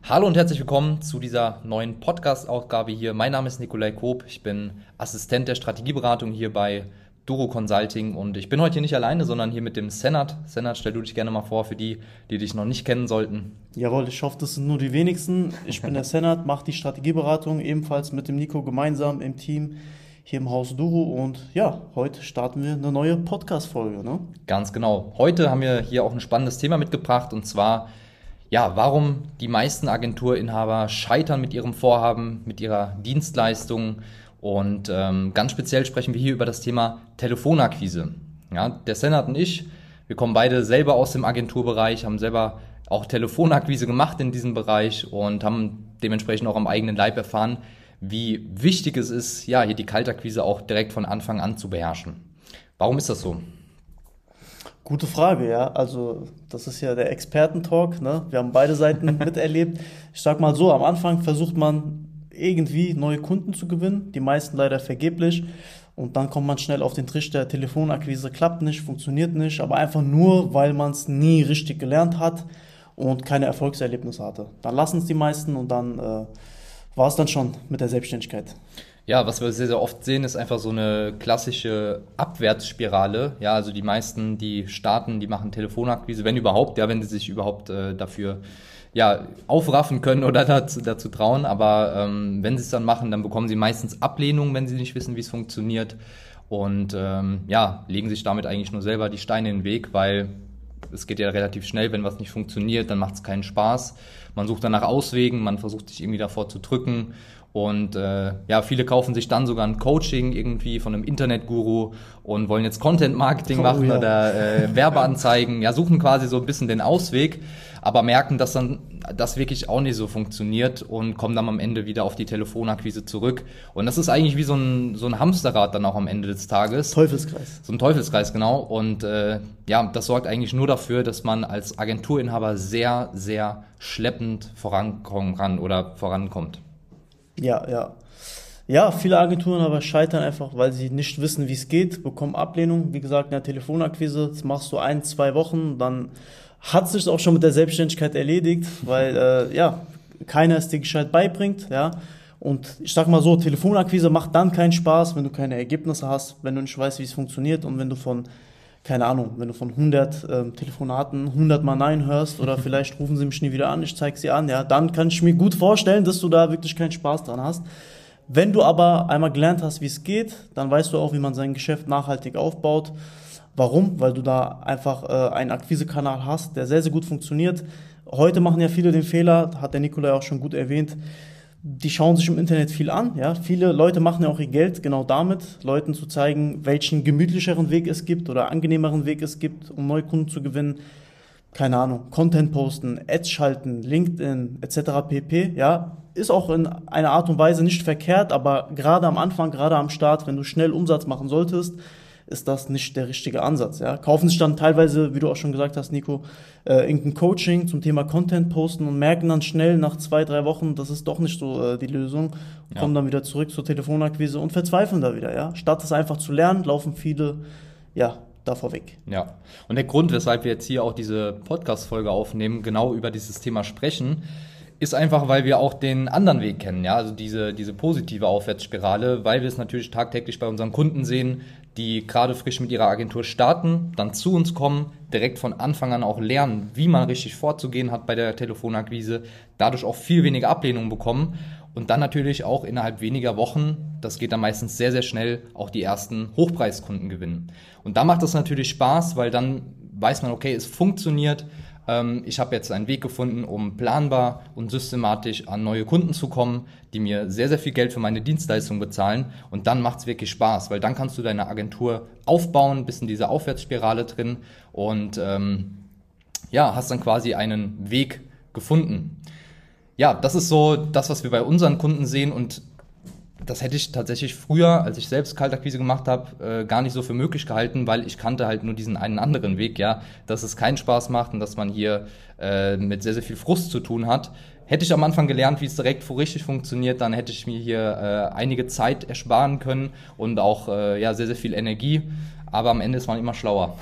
Hallo und herzlich willkommen zu dieser neuen Podcast-Ausgabe hier. Mein Name ist Nikolai Koop, ich bin Assistent der Strategieberatung hier bei Duro Consulting und ich bin heute hier nicht alleine, sondern hier mit dem Senat. Senat, stell du dich gerne mal vor für die, die dich noch nicht kennen sollten. Jawohl, ich hoffe, das sind nur die wenigsten. Ich bin der Senat, mache die Strategieberatung ebenfalls mit dem Nico gemeinsam im Team hier im Haus Duro und ja, heute starten wir eine neue Podcast-Folge, ne? Ganz genau. Heute haben wir hier auch ein spannendes Thema mitgebracht und zwar, ja, warum die meisten Agenturinhaber scheitern mit ihrem Vorhaben, mit ihrer Dienstleistung. Und ganz speziell sprechen wir hier über das Thema Telefonakquise. Ja, der Senat und ich, wir kommen beide selber aus dem Agenturbereich, haben selber auch Telefonakquise gemacht in diesem Bereich und haben dementsprechend auch am eigenen Leib erfahren, wie wichtig es ist, ja, hier die Kaltakquise auch direkt von Anfang an zu beherrschen. Warum ist das so? Gute Frage, ja. Also, das ist ja der Expertentalk, ne? Wir haben beide Seiten miterlebt. Ich sag mal so, am Anfang versucht man irgendwie neue Kunden zu gewinnen, die meisten leider vergeblich. Und dann kommt man schnell auf den Trichter, Telefonakquise klappt nicht, funktioniert nicht, aber einfach nur, weil man es nie richtig gelernt hat und keine Erfolgserlebnisse hatte. Dann lassen es die meisten und dann war es dann schon mit der Selbstständigkeit. Ja, was wir sehr, sehr oft sehen, ist einfach so eine klassische Abwärtsspirale. Ja, also die meisten, die starten, die machen Telefonakquise, wenn überhaupt, ja, wenn sie sich überhaupt dafür ja, aufraffen können oder dazu trauen. Aber wenn sie es dann machen, dann bekommen sie meistens Ablehnung, wenn sie nicht wissen, wie es funktioniert. Und ja, legen sich damit eigentlich nur selber die Steine in den Weg, weil es geht ja relativ schnell, wenn was nicht funktioniert, dann macht es keinen Spaß. Man sucht dann nach Auswegen, man versucht sich irgendwie davor zu drücken. Und ja, viele kaufen sich dann sogar ein Coaching irgendwie von einem Internetguru und wollen jetzt Content-Marketing machen oder Werbeanzeigen. Ja, suchen quasi so ein bisschen den Ausweg, aber merken, dass dann das wirklich auch nicht so funktioniert und kommen dann am Ende wieder auf die Telefonakquise zurück. Und das ist eigentlich wie so ein Hamsterrad dann auch am Ende des Tages. Teufelskreis. So ein Teufelskreis, genau. Und ja, das sorgt eigentlich nur dafür, dass man als Agenturinhaber sehr, sehr schleppend vorankommt. Ja, ja. Ja, viele Agenturen aber scheitern einfach, weil sie nicht wissen, wie es geht, bekommen Ablehnung. Wie gesagt, in der Telefonakquise, das machst du 1, 2 Wochen, dann hat sich auch schon mit der Selbstständigkeit erledigt, weil ja, keiner es dir gescheit beibringt, ja. Und ich sag mal so, Telefonakquise macht dann keinen Spaß, wenn du keine Ergebnisse hast, wenn du nicht weißt, wie es funktioniert und wenn du von, keine Ahnung, wenn du von 100 Telefonaten 100 Mal Nein hörst oder vielleicht rufen sie mich nie wieder an, ich zeig sie an, ja, dann kann ich mir gut vorstellen, dass du da wirklich keinen Spaß dran hast. Wenn du aber einmal gelernt hast, wie es geht, dann weißt du auch, wie man sein Geschäft nachhaltig aufbaut. Warum? Weil du da einfach einen Akquisekanal hast, der sehr, sehr gut funktioniert. Heute machen ja viele den Fehler, hat der Nikolai auch schon gut erwähnt, die schauen sich im Internet viel an, ja. Viele Leute machen ja auch ihr Geld genau damit, Leuten zu zeigen, welchen gemütlicheren Weg es gibt oder angenehmeren Weg es gibt, um neue Kunden zu gewinnen. Keine Ahnung, Content posten, Ads schalten, LinkedIn etc. pp. Ja, ist auch in einer Art und Weise nicht verkehrt, aber gerade am Anfang, gerade am Start, wenn du schnell Umsatz machen solltest, ist das nicht der richtige Ansatz. Ja, kaufen sich dann teilweise, wie du auch schon gesagt hast, Nico, irgendein Coaching zum Thema Content posten und merken dann schnell nach 2, 3 Wochen, das ist doch nicht so die Lösung, und kommen dann wieder zurück zur Telefonakquise und verzweifeln da wieder. Ja, statt es einfach zu lernen, laufen viele ja davor weg. Ja, und der Grund, weshalb wir jetzt hier auch diese Podcast-Folge aufnehmen, genau über dieses Thema sprechen, ist einfach, weil wir auch den anderen Weg kennen, ja, also diese positive Aufwärtsspirale, weil wir es natürlich tagtäglich bei unseren Kunden sehen, die gerade frisch mit ihrer Agentur starten, dann zu uns kommen, direkt von Anfang an auch lernen, wie man richtig vorzugehen hat bei der Telefonakquise, dadurch auch viel weniger Ablehnung bekommen und dann natürlich auch innerhalb weniger Wochen, das geht dann meistens sehr, sehr schnell, auch die ersten Hochpreiskunden gewinnen. Und da macht das natürlich Spaß, weil dann weiß man, okay, es funktioniert. Ich habe jetzt einen Weg gefunden, um planbar und systematisch an neue Kunden zu kommen, die mir sehr, sehr viel Geld für meine Dienstleistung bezahlen. Und dann macht es wirklich Spaß, weil dann kannst du deine Agentur aufbauen, bist in dieser Aufwärtsspirale drin und ja, hast dann quasi einen Weg gefunden. Ja, das ist so das, was wir bei unseren Kunden sehen und das hätte ich tatsächlich früher, als ich selbst Kaltakquise gemacht habe, gar nicht so für möglich gehalten, weil ich kannte halt nur diesen einen anderen Weg, ja, dass es keinen Spaß macht und dass man hier mit sehr, sehr viel Frust zu tun hat. Hätte ich am Anfang gelernt, wie es direkt richtig funktioniert, dann hätte ich mir hier einige Zeit ersparen können und auch sehr, sehr viel Energie. Aber am Ende ist man immer schlauer.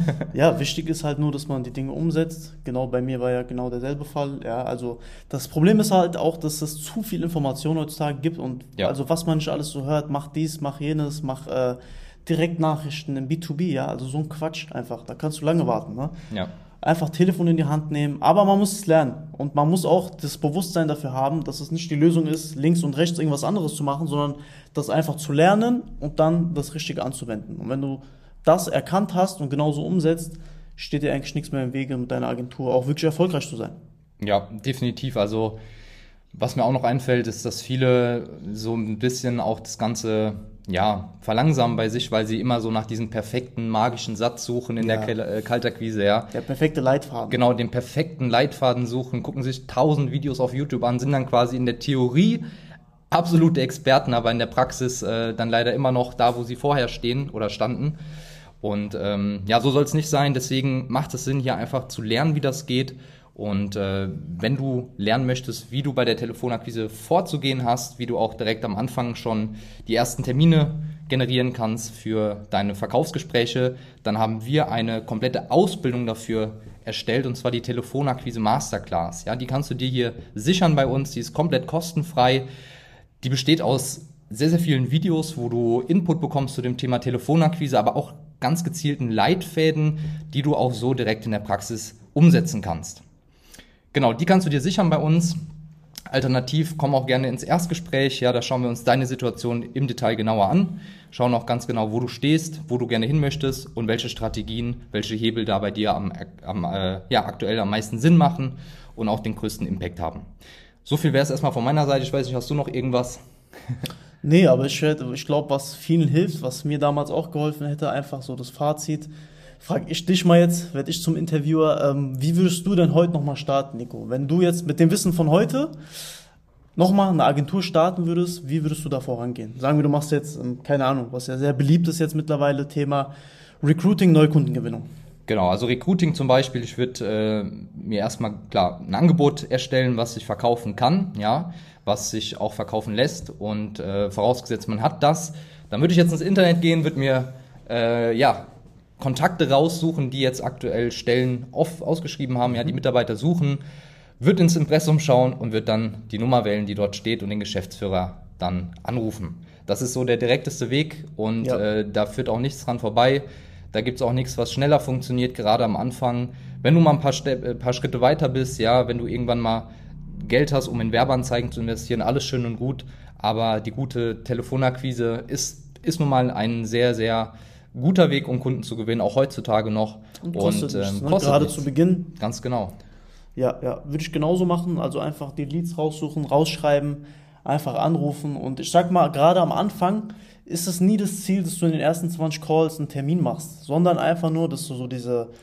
Ja, wichtig ist halt nur, dass man die Dinge umsetzt. Genau, bei mir war ja genau derselbe Fall. Ja, also das Problem ist halt auch, dass es zu viel Information heutzutage gibt und Ja. also was man nicht alles so hört, mach dies, mach jenes, mach Direktnachrichten im B2B, ja, also so ein Quatsch einfach. Da kannst du lange warten, ne? Ja. Einfach Telefon in die Hand nehmen, aber man muss es lernen und man muss auch das Bewusstsein dafür haben, dass es nicht die Lösung ist, links und rechts irgendwas anderes zu machen, sondern das einfach zu lernen und dann das Richtige anzuwenden. Und wenn du das erkannt hast und genauso umsetzt, steht dir eigentlich nichts mehr im Wege, mit deiner Agentur auch wirklich erfolgreich zu sein. Ja, definitiv. Also was mir auch noch einfällt, ist, dass viele so ein bisschen auch das Ganze verlangsamen bei sich, weil sie immer so nach diesem perfekten magischen Satz suchen in Ja. der Kaltakquise, ja. Der perfekte Leitfaden. Genau, den perfekten Leitfaden suchen, gucken sich 1000 Videos auf YouTube an, sind dann quasi in der Theorie absolute Experten, aber in der Praxis dann leider immer noch da, wo sie vorher stehen oder standen. Und so soll es nicht sein. Deswegen macht es Sinn, hier einfach zu lernen, wie das geht. Und wenn du lernen möchtest, wie du bei der Telefonakquise vorzugehen hast, wie du auch direkt am Anfang schon die ersten Termine generieren kannst für deine Verkaufsgespräche, dann haben wir eine komplette Ausbildung dafür erstellt, und zwar die Telefonakquise Masterclass. Ja, die kannst du dir hier sichern bei uns, die ist komplett kostenfrei. Die besteht aus sehr, sehr vielen Videos, wo du Input bekommst zu dem Thema Telefonakquise, aber auch ganz gezielten Leitfäden, die du auch so direkt in der Praxis umsetzen kannst. Genau, die kannst du dir sichern bei uns. Alternativ komm auch gerne ins Erstgespräch. Ja, da schauen wir uns deine Situation im Detail genauer an. Schauen auch ganz genau, wo du stehst, wo du gerne hin möchtest und welche Strategien, welche Hebel da bei dir aktuell am meisten Sinn machen und auch den größten Impact haben. So viel wäre es erstmal von meiner Seite. Ich weiß nicht, hast du noch irgendwas? Nee, aber ich glaube, was vielen hilft, was mir damals auch geholfen hätte, einfach so das Fazit. Frag ich dich mal jetzt, werde ich zum Interviewer, wie würdest du denn heute nochmal starten, Nico? Wenn du jetzt mit dem Wissen von heute nochmal eine Agentur starten würdest, wie würdest du da vorangehen? Sagen wir, du machst jetzt, keine Ahnung, was ja sehr beliebt ist jetzt mittlerweile, Thema Recruiting, Neukundengewinnung. Genau, also Recruiting zum Beispiel, ich würde mir erstmal klar ein Angebot erstellen, was ich verkaufen kann, ja, was sich auch verkaufen lässt, und vorausgesetzt man hat das, dann würde ich jetzt ins Internet gehen, würde mir Kontakte raussuchen, die jetzt aktuell Stellen ausgeschrieben haben, ja, die Mitarbeiter suchen, wird ins Impressum schauen und wird dann die Nummer wählen, die dort steht, und den Geschäftsführer dann anrufen. Das ist so der direkteste Weg, und da führt auch nichts dran vorbei. Da gibt's auch nichts, was schneller funktioniert, gerade am Anfang. Wenn du mal ein paar Schritte weiter bist, ja, wenn du irgendwann mal Geld hast, um in Werbeanzeigen zu investieren, alles schön und gut, aber die gute Telefonakquise ist nun mal ein sehr, sehr guter Weg, um Kunden zu gewinnen, auch heutzutage noch. Und kostet nichts, ne? kostet Gerade nichts. zu Beginn. Ganz genau. Ja, würde ich genauso machen. Also einfach die Leads raussuchen, rausschreiben, einfach anrufen. Und ich sag mal, gerade am Anfang ist es nie das Ziel, dass du in den ersten 20 Calls einen Termin machst, sondern einfach nur, dass du so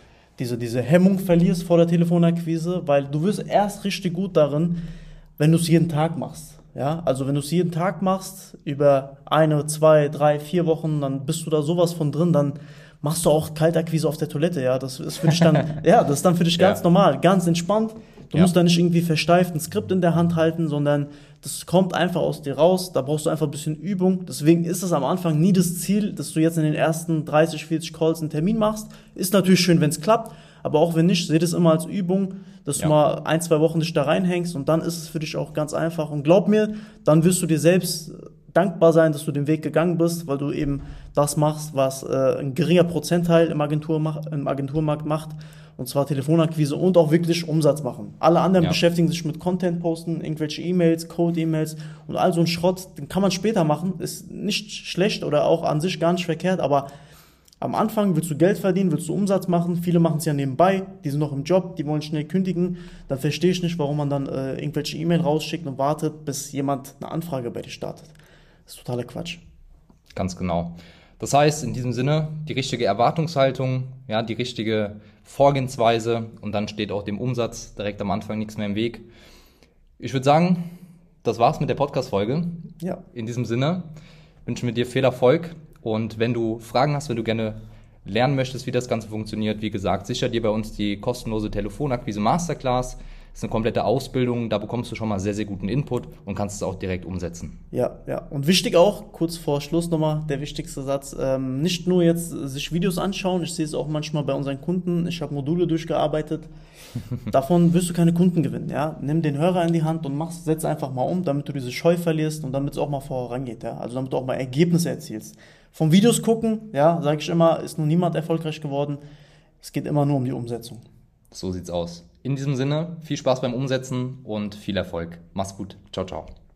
diese Hemmung verlierst vor der Telefonakquise, weil du wirst erst richtig gut darin, wenn du es jeden Tag machst. Ja, also wenn du es jeden Tag machst, über 1, 2, 3, 4 Wochen, dann bist du da sowas von drin, dann machst du auch Kaltakquise auf der Toilette, ja, das ist für dich dann, das ist dann für dich ganz normal, ganz entspannt. Du musst da nicht irgendwie versteift ein Skript in der Hand halten, sondern das kommt einfach aus dir raus, da brauchst du einfach ein bisschen Übung. Deswegen ist es am Anfang nie das Ziel, dass du jetzt in den ersten 30, 40 Calls einen Termin machst. Ist natürlich schön, wenn es klappt, aber auch wenn nicht, seht es immer als Übung, dass du mal 1, 2 Wochen dich da reinhängst, und dann ist es für dich auch ganz einfach. Und glaub mir, dann wirst du dir selbst dankbar sein, dass du den Weg gegangen bist, weil du eben das machst, was ein geringer Prozentteil im Agenturmarkt macht, und zwar Telefonakquise und auch wirklich Umsatz machen. Alle anderen beschäftigen sich mit Content posten, irgendwelche E-Mails, Code-E-Mails und all so ein Schrott, den kann man später machen, ist nicht schlecht oder auch an sich gar nicht verkehrt, aber am Anfang willst du Geld verdienen, willst du Umsatz machen, viele machen es ja nebenbei, die sind noch im Job, die wollen schnell kündigen, dann verstehe ich nicht, warum man dann irgendwelche E-Mail rausschickt und wartet, bis jemand eine Anfrage bei dir startet. Das ist totaler Quatsch. Ganz genau. Das heißt, in diesem Sinne, die richtige Erwartungshaltung, ja, die richtige Vorgehensweise, und dann steht auch dem Umsatz direkt am Anfang nichts mehr im Weg. Ich würde sagen, das war's mit der Podcast-Folge. Ja. In diesem Sinne wünschen wir dir viel Erfolg, und wenn du Fragen hast, wenn du gerne lernen möchtest, wie das Ganze funktioniert, wie gesagt, sicher dir bei uns die kostenlose Telefonakquise Masterclass. ist eine komplette Ausbildung, da bekommst du schon mal sehr, sehr guten Input und kannst es auch direkt umsetzen. Ja, ja. Und wichtig auch, kurz vor Schluss nochmal, der wichtigste Satz, nicht nur jetzt sich Videos anschauen, ich sehe es auch manchmal bei unseren Kunden, ich habe Module durchgearbeitet, davon wirst du keine Kunden gewinnen, ja. Nimm den Hörer in die Hand und setz einfach mal um, damit du diese Scheu verlierst und damit es auch mal vorangeht, ja. Also damit du auch mal Ergebnisse erzielst. Vom Videos gucken, ja, sage ich immer, ist noch niemand erfolgreich geworden. Es geht immer nur um die Umsetzung. So sieht's aus. In diesem Sinne, viel Spaß beim Umsetzen und viel Erfolg. Mach's gut. Ciao, ciao.